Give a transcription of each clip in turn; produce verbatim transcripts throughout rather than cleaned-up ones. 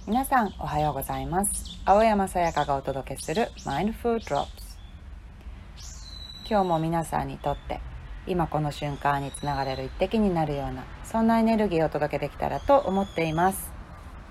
皆さんおはようございます。青山さやかがお届けする Mindful Drops。 今日も皆さんにとって今この瞬間につながれる一滴になるような、そんなエネルギーをお届けできたらと思っています。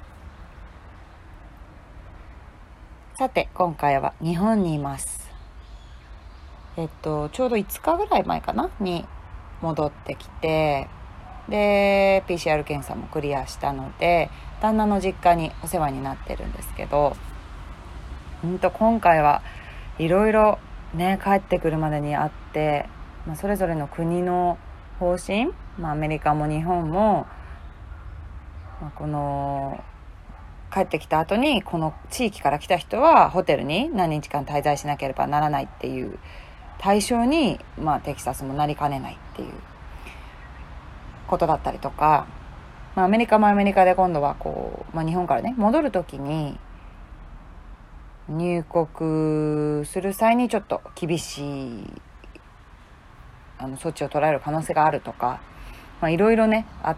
さて今回は日本にいます。えっとちょうどいつかぐらい前かなに戻ってきて、で ピーシーアール 検査もクリアしたので旦那の実家にお世話になってるんですけど、うんと今回はいろいろね帰ってくるまでにあって、まあ、それぞれの国の方針、まあ、アメリカも日本も、まあ、この帰ってきた後にこの地域から来た人はホテルに何日間滞在しなければならないっていう対象に、まあ、テキサスもなりかねないっていうことだったりとか、まあ、アメリカもアメリカで今度はこう、まあ、日本からね戻るときに入国する際にちょっと厳しいあの措置を取られる可能性があるとか、まあ、いろいろねあって、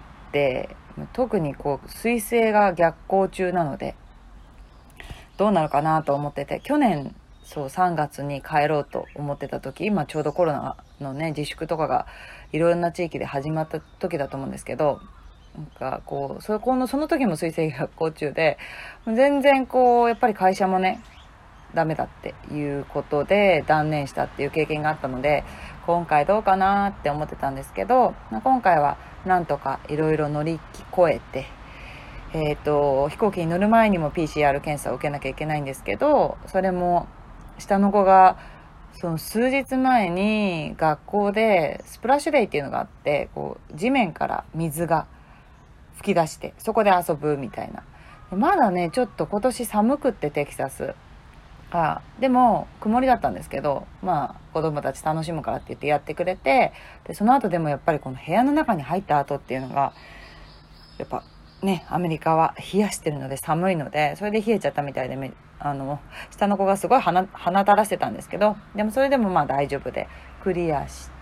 特にこう彗星が逆行中なのでどうなるかなと思ってて、去年そうさんがつに帰ろうと思ってた時、今ちょうどコロナのね自粛とかがいろんな地域で始まった時だと思うんですけど、なんかこうそこのその時も彗星逆行中で全然こうやっぱり会社もねダメだっていうことで断念したっていう経験があったので、今回どうかなって思ってたんですけど、今回はなんとかいろいろ乗り越えて、えーと、飛行機に乗る前にも ピーシーアール 検査を受けなきゃいけないんですけど、それも下の子がその数日前に学校でスプラッシュデイっていうのがあって、こう地面から水が噴き出してそこで遊ぶみたいな。まだねちょっと今年寒くってテキサスあでも曇りだったんですけど、まあ子供たち楽しむからって言ってやってくれて、でその後でもやっぱりこの部屋の中に入った後っていうのがやっぱねアメリカは冷やしてるので寒いので、それで冷えちゃったみたいで、あの下の子がすごい鼻鼻垂らしてたんですけど、でもそれでもまあ大丈夫でクリアして、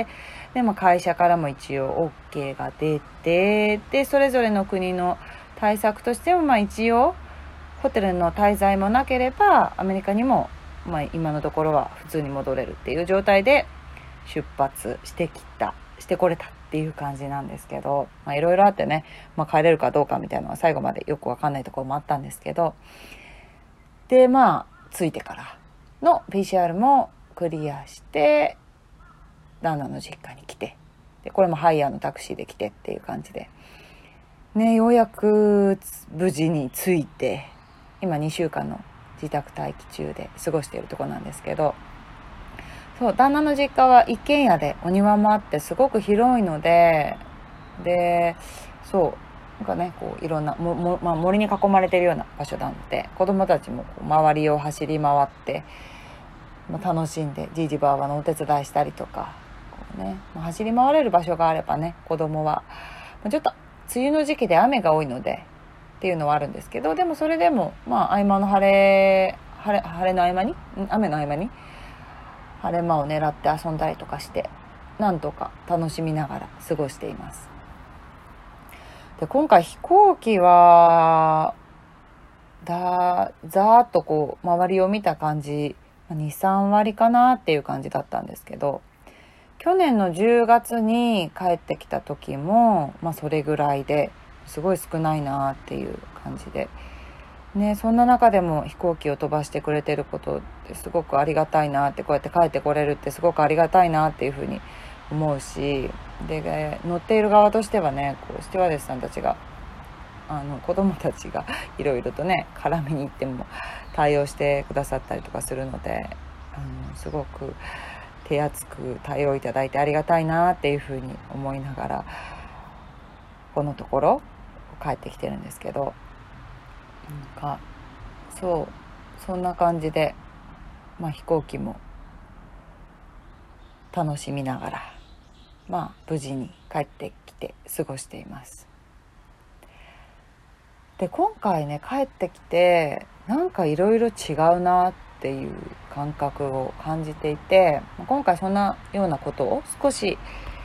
でも会社からも一応 OK が出て、でそれぞれの国の対策としてもまあ一応ホテルの滞在もなければアメリカにも、まあ、今のところは普通に戻れるっていう状態で出発してきたしてこれたっていう感じなんですけど、いろいろあってね、まあ、帰れるかどうかみたいなのは最後までよく分かんないところもあったんですけど、でまあ着いてからの ピーシーアール もクリアして旦那の実家に来て、でこれもハイヤーのタクシーで来てっていう感じでね、ようやく無事に着いて今にしゅうかんの自宅待機中で過ごしているところなんですけど、そう旦那の実家は一軒家でお庭もあってすごく広いので、でそうなんかねこういろんなもも、まあ、森に囲まれているような場所なので、子供たちもこう周りを走り回って、まあ、楽しんでじいじばあばのお手伝いしたりとかこう、ねまあ、走り回れる場所があればね子供はちょっと梅雨の時期で雨が多いのでっていうのはあるんですけど、でもそれでもまあ合間の晴れ晴れ晴れの合間に雨の合間に晴れ間を狙って遊んだりとかしてなんとか楽しみながら過ごしています。で今回飛行機はだざーっとこう周りを見た感じ にさんわりかなっていう感じだったんですけど、去年のじゅうがつに帰ってきた時もまあそれぐらいですごい少ないなっていう感じでね、そんな中でも飛行機を飛ばしてくれてることってすごくありがたいなって、こうやって帰ってこれるってすごくありがたいなっていうふうに思うし、で乗っている側としてはねこうスチュワーデスさんたちがあの子供たちがいろいろとね絡みに行っても対応してくださったりとかするので、あのすごく手厚く対応いただいてありがたいなっていうふうに思いながらこのところ帰ってきてるんですけど、なんかそうそんな感じで、まあ、飛行機も楽しみながら、まあ、無事に帰ってきて過ごしています。で今回ね帰ってきてなんかいろいろ違うなっていう感覚を感じていて、今回そんなようなことを少し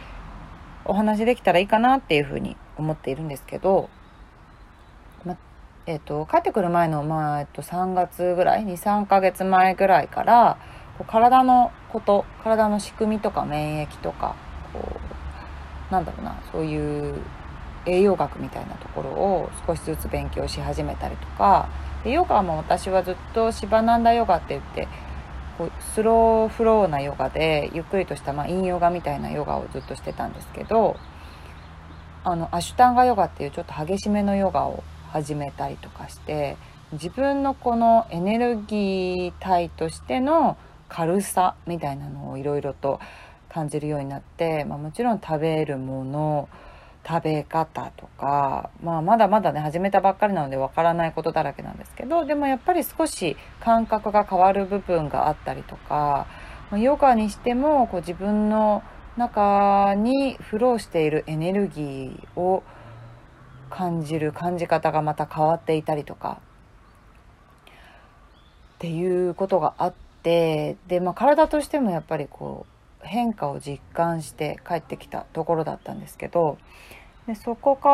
お話できたらいいかなっていうふうに思っているんですけど、まえっと、帰ってくる前の、まあえっと、さんがつぐらいにさんかげつまえぐらいからこう体のこと体の仕組みとか免疫とかこうなんだろうなそういう栄養学みたいなところを少しずつ勉強し始めたりとかでヨガも私はずっとシバナンダヨガって言ってこうスローフローなヨガでゆっくりとした、まあ、インヨガみたいなヨガをずっとしてたんですけどあのアシュタンガヨガっていうちょっと激しめのヨガを始めたりとかして自分のこのエネルギー体としての軽さみたいなのをいろいろと感じるようになって、まあ、もちろん食べるもの食べ方とか、まあ、まだまだね始めたばっかりなのでわからないことだらけなんですけどでもやっぱり少し感覚が変わる部分があったりとかヨガにしてもこう自分の中にフローしているエネルギーを感じる感じ方がまた変わっていたりとかっていうことがあってで、まあ、体としてもやっぱりこう変化を実感して帰ってきたところだったんですけどでそこから、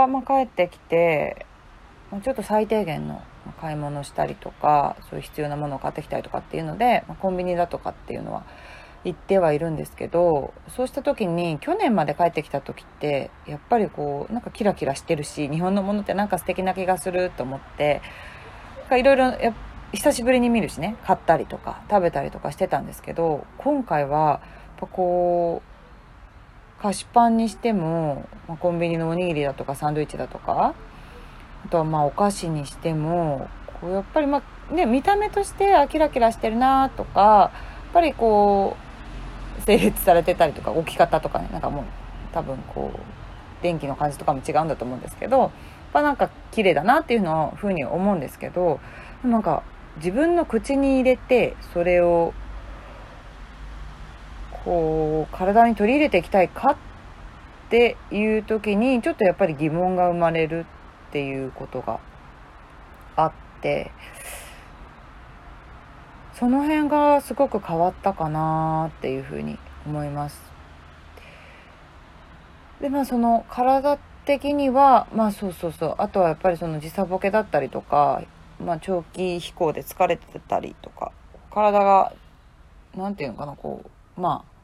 まあ、帰ってきてちょっと最低限の買い物したりとかそういう必要なものを買ってきたりとかっていうので、まあ、コンビニだとかっていうのは行ってはいるんですけどそうした時に去年まで帰ってきた時ってやっぱりこうなんかキラキラしてるし日本のものってなんか素敵な気がすると思っていろいろ久しぶりに見るしね買ったりとか食べたりとかしてたんですけど今回はやっぱこう菓子パンにしても、まあ、コンビニのおにぎりだとかサンドイッチだとかあとはまあお菓子にしてもこうやっぱりまあね見た目としてあキラキラしてるなとかやっぱりこう整列されてたりとか置き方とかねなんかもう多分こう電気の感じとかも違うんだと思うんですけどやっぱなんか綺麗だなっていうのふうに思うんですけどなんか自分の口に入れてそれをこう体に取り入れていきたいかっていう時にちょっとやっぱり疑問が生まれるっていうことがあってその辺がすごく変わったかなっていうふうに思います。でまあその体的にはまあそうそうそうあとはやっぱりその時差ボケだったりとか、まあ、長期飛行で疲れてたりとか体がなんていうのかなこうまあ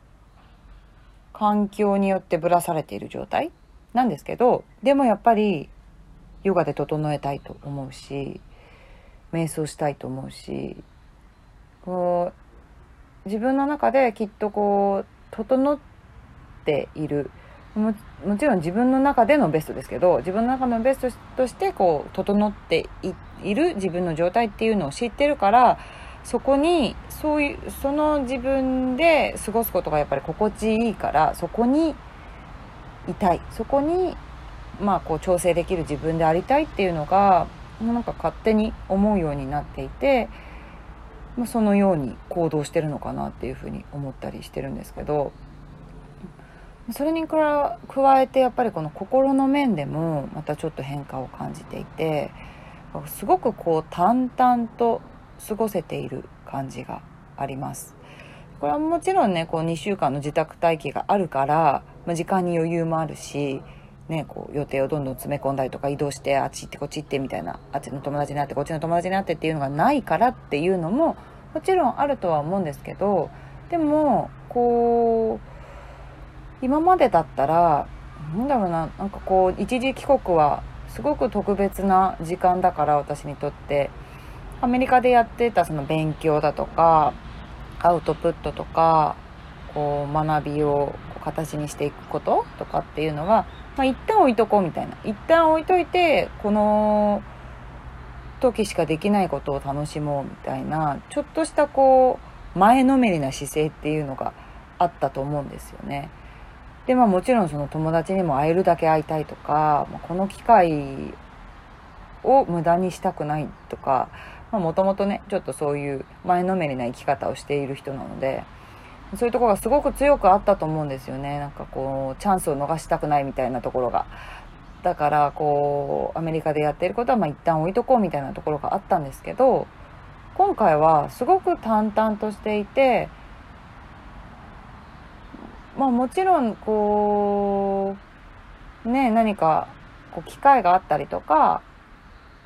環境によってぶらされている状態なんですけどでもやっぱりヨガで整えたいと思うし瞑想したいと思うしこう自分の中できっとこう整っている も, もちろん自分の中でのベストですけど自分の中のベストとしてこう整って い, いる自分の状態っていうのを知ってるからそこにそういうその自分で過ごすことがやっぱり心地いいからそこにいたいそこにまあこう調整できる自分でありたいっていうのがなんか勝手に思うようになっていて、まあ、そのように行動してるのかなっていうふうに思ったりしてるんですけどそれに加えてやっぱりこの心の面でもまたちょっと変化を感じていてすごくこう淡々と過ごせている感じがあります。これはもちろんねこうにしゅうかんの自宅待機があるから、まあ、時間に余裕もあるし、ね、こう予定をどんどん詰め込んだりとか移動してあっち行ってこっち行ってみたいなあっちの友達になってこっちの友達になってっていうのがないからっていうのももちろんあるとは思うんですけどでもこう今までだったらなんだろうななんかこう一時帰国はすごく特別な時間だから私にとってアメリカでやってたその勉強だとかアウトプットとかこう学びを形にしていくこととかっていうのは、まあ、一旦置いとこうみたいな一旦置いといてこの時しかできないことを楽しもうみたいなちょっとしたこう前のめりな姿勢っていうのがあったと思うんですよね。でまあもちろんその友達にも会えるだけ会いたいとかこの機会を無駄にしたくないとかもともとねちょっとそういう前のめりな生き方をしている人なのでそういうところがすごく強くあったと思うんですよね。なんかこうチャンスを逃したくないみたいなところがだからこうアメリカでやっていることはまあ一旦置いとこうみたいなところがあったんですけど今回はすごく淡々としていてまあもちろんこうね何かこう機会があったりとか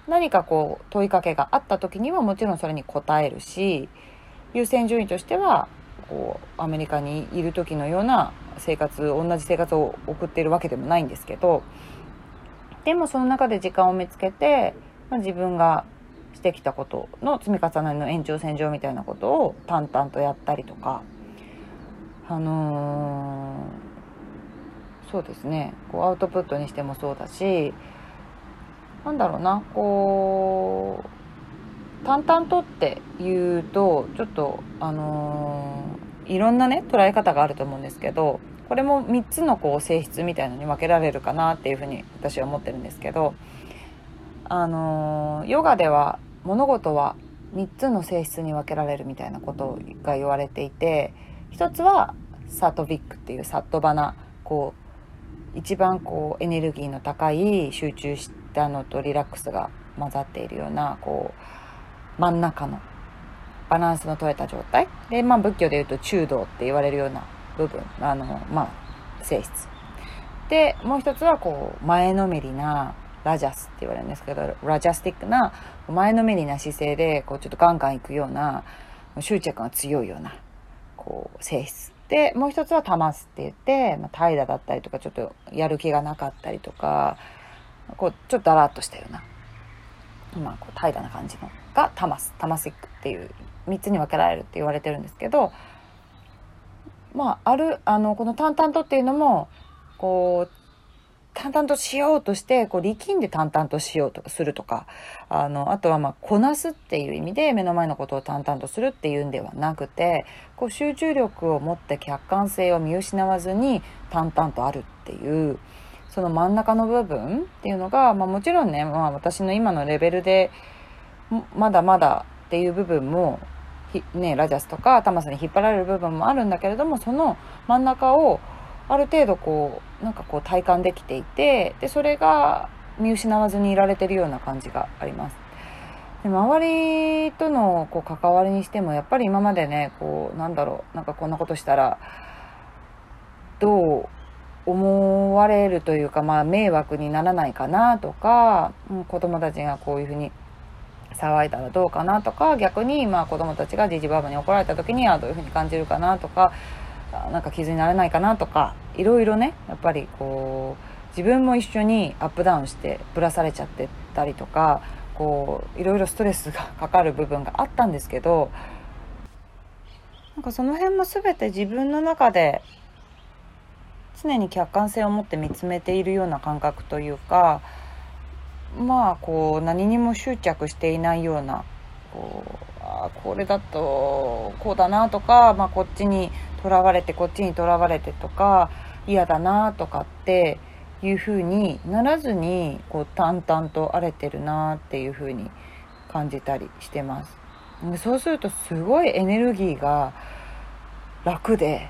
何かこう問いかけがあった時にはもちろんそれに答えるし、優先順位としてはこうアメリカにいる時のような生活同じ生活を送っているわけでもないんですけど、でもその中で時間を見つけて、まあ、自分がしてきたことの積み重ねの延長線上みたいなことを淡々とやったりとか、あのー、そうですね、こうアウトプットにしてもそうだし、なんだろうな、こう淡々とって言うとちょっとあのー、いろんなね捉え方があると思うんですけど、これもみっつのこう性質みたいなのに分けられるかなっていうふうに私は思ってるんですけど、あのー、ヨガでは物事はみっつの性質に分けられるみたいなことが言われていて、一つはサトビックっていうサットバな、こう一番こうエネルギーの高い集中したのとリラックスが混ざっているような、こう真ん中のバランスの取れた状態で、まあ、仏教でいうと中道って言われるような部分、あの、まあ、性質で、もう一つはこう前のめりなラジャスって言われるんですけど、ラジャスティックな前のめりな姿勢でこうちょっとガンガンいくような、執着が強いようなこう性質で、もう一つはタマスって言って、まあ、怠惰だったりとか、ちょっとやる気がなかったりとか、こうちょっとダラッとしたような、まあ、こう怠惰な感じのがタマスタマシックっていうみっつに分けられるって言われてるんですけど、まああるあのこの淡々とっていうのもこう淡々としようとしてこう力んで淡々としようとかするとか、あのあとはまあこなすっていう意味で目の前のことを淡々とするっていうんではなくて、こう集中力を持って客観性を見失わずに淡々とあるっていう、その真ん中の部分っていうのが、まあ、もちろんね、まあ、私の今のレベルでまだまだっていう部分もね、ラジャスとかタマスに引っ張られる部分もあるんだけれども、その真ん中をある程度こうなんかこう体感できていて、でそれが見失わずにいられてるような感じがあります。で周りとのこう関わりにしてもやっぱり今までね、こうなんだろう、なんかこんなことしたらどう思われるというか、まあ迷惑にならないかなとか、うん、子供たちがこういうふうに騒いだらどうかなとか、逆にまあ子供たちがじじばばに怒られた時にはどういうふうに感じるかなとか、なんか傷にならないかなとか、いろいろね、やっぱりこう自分も一緒にアップダウンしてぶらされちゃってたりとか、こういろいろストレスがかかる部分があったんですけど、なんかその辺も全て自分の中で常に客観性を持って見つめているような感覚というか、まあこう何にも執着していないような、こうあこれだとこうだなとか、まあ、こっちにとらわれてこっちにとらわれてとか嫌だなとかっていう風にならずに、こう淡々と荒れてるなっていう風に感じたりしてます。でそうするとすごいエネルギーが楽で、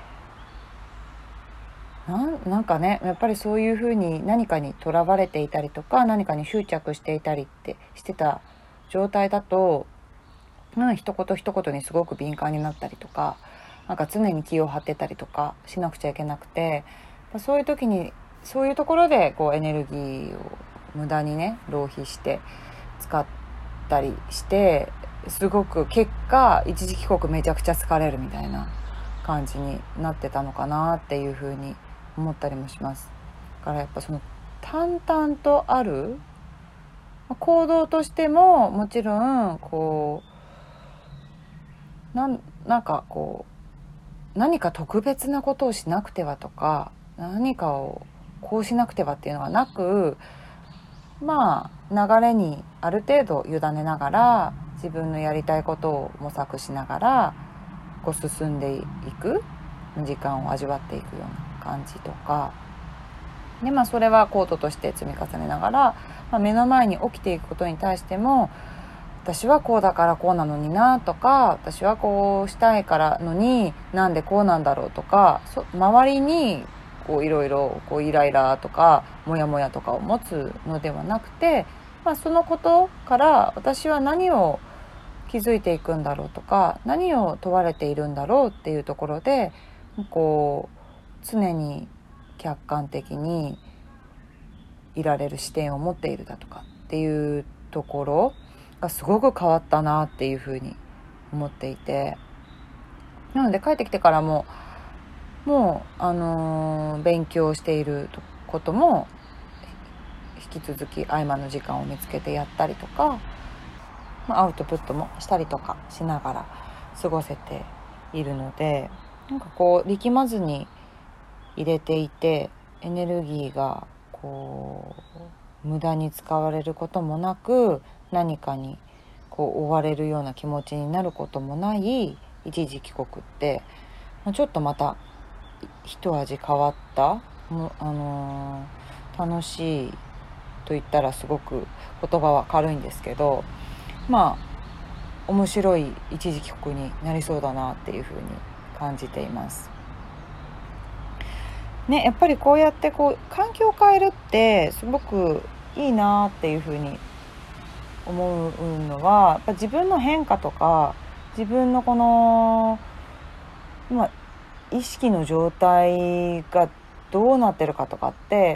なんなんかね、やっぱりそういう風に何かにとらわれていたりとか、何かに執着していたりってしてた状態だと、うん、一言一言にすごく敏感になったりとか、なんか常に気を張ってたりとかしなくちゃいけなくて、そういう時にそういうところでこうエネルギーを無駄にね浪費して使ったりして、すごく結果一時帰国めちゃくちゃ疲れるみたいな感じになってたのかなっていうふうに思ったりもします。だからやっぱその淡々とある行動としてももちろんこうなんなんかこう何か特別なことをしなくてはとか、何かをこうしなくてはっていうのがなく、まあ流れにある程度委ねながら自分のやりたいことを模索しながらこう進んでいく時間を味わっていくような感じとかで、まあ、それはコートとして積み重ねながら、まあ、目の前に起きていくことに対しても、私はこうだからこうなのになとか、私はこうしたいからのになんでこうなんだろうとか、そ周りにこういろいろこうイライラとかモヤモヤとかを持つのではなくて、まあ、そのことから私は何を気づいていくんだろうとか、何を問われているんだろうっていうところで、こう常に客観的にいられる視点を持っているだとかっていうところがすごく変わったなっていうふうに思っていて、なので帰ってきてからももう、あのー勉強していることも引き続き合間の時間を見つけてやったりとか、まあ、アウトプットもしたりとかしながら過ごせているので、なんかこう力まずに入れていて、エネルギーがこう無駄に使われることもなく、何かにこう追われるような気持ちになることもない一時帰国って、ちょっとまた一味変わったもあのー楽しいと言ったらすごく言葉は軽いんですけど、まあ面白い一時帰国になりそうだなっていうふうに感じていますね。やっぱりこうやってこう環境を変えるってすごくいいなっていうふうに思うのは、やっぱ自分の変化とか自分のこの、まあ、意識の状態がどうなってるかとかって、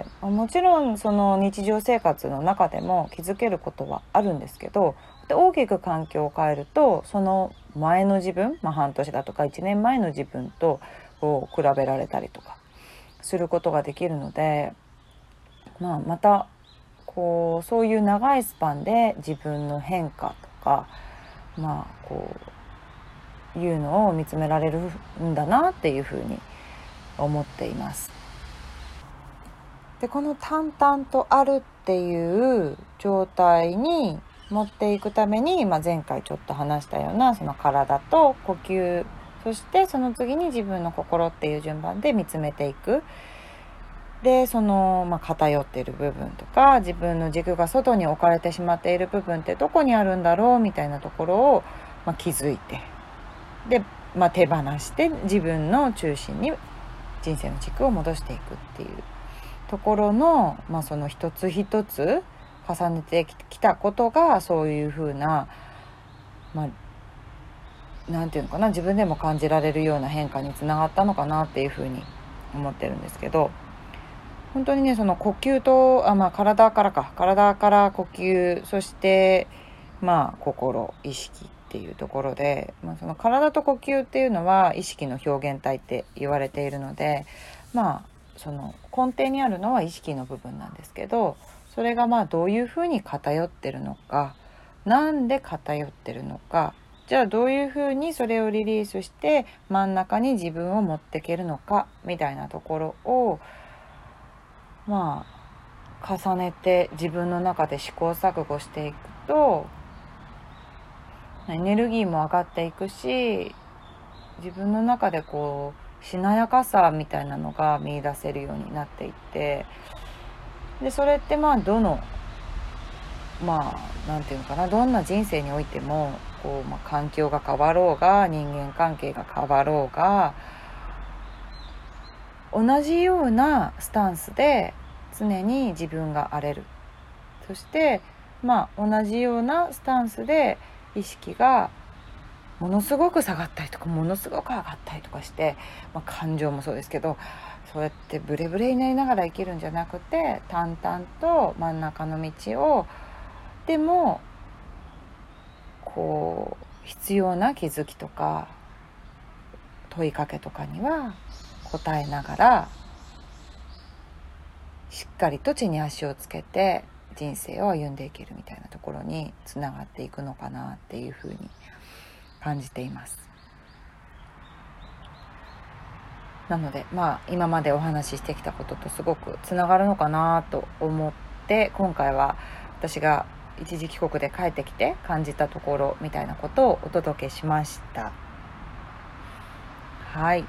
もちろんその日常生活の中でも気づけることはあるんですけど、で大きく環境を変えると、その前の自分、まあ、半年だとかいちねんまえの自分とこう比べられたりとかすることができるので、まあ、またこうそういう長いスパンで自分の変化とか、まあこういうのを見つめられるんだなっていうふうに思っています。でこの淡々とあるっていう状態に持っていくために、まあ、前回ちょっと話したようなその体と呼吸、そしてその次に自分の心っていう順番で見つめていく。でその、まあ、偏っている部分とか、自分の軸が外に置かれてしまっている部分ってどこにあるんだろうみたいなところを、まあ、気づいて、で、まあ、手放して自分の中心に人生の軸を戻していくっていうところの、まあ、その一つ一つ重ねてきたことが、そういうふうな、まあ、なんていうのかな、自分でも感じられるような変化につながったのかなっていうふうに思ってるんですけど、本当にね、その呼吸とあ、まあ、体からか体から呼吸、そしてまあ心、意識っていうところで、まあ、その体と呼吸っていうのは意識の表現体って言われているので、まあその根底にあるのは意識の部分なんですけど、それがまあどういうふうに偏ってるのか、なんで偏ってるのか、じゃあどういうふうにそれをリリースして真ん中に自分を持っていけるのかみたいなところを、まあ重ねて自分の中で試行錯誤していくと、エネルギーも上がっていくし、自分の中でこうしなやかさみたいなのが見出せるようになっていって、でそれってまあどのまあなんていうのかな、どんな人生においてもこう、まあ、環境が変わろうが人間関係が変わろうが、同じようなスタンスで常に自分が荒れる。そしてまあ同じようなスタンスで意識がものすごく下がったりとかものすごく上がったりとかして、まあ、感情もそうですけど、そうやってブレブレになりながら生きるんじゃなくて、淡々と真ん中の道を、でもこう必要な気づきとか問いかけとかには答えながら、しっかりと地に足をつけて人生を歩んでいけるみたいなところにつながっていくのかなっていうふうに感じています。なのでまあ今までお話ししてきたこととすごくつながるのかなと思って、今回は私が一時帰国で帰ってきて感じたところみたいなことをお届けしました。はい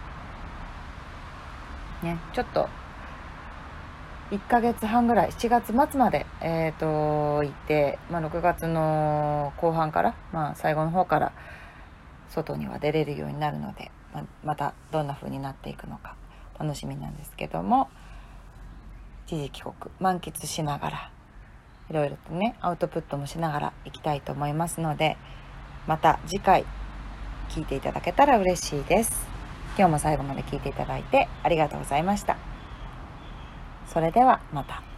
ね、ちょっといっかげつはんぐらいしちがつ末まで、えー、といて、まあ、ろくがつの後半から、まあ、最後の方から外には出れるようになるので、ままたどんな風になっていくのか楽しみなんですけども、一時帰国満喫しながらいろいろとねアウトプットもしながらいきたいと思いますので、また次回聞いていただけたら嬉しいです。今日も最後まで聞いていただいてありがとうございました。それではまた。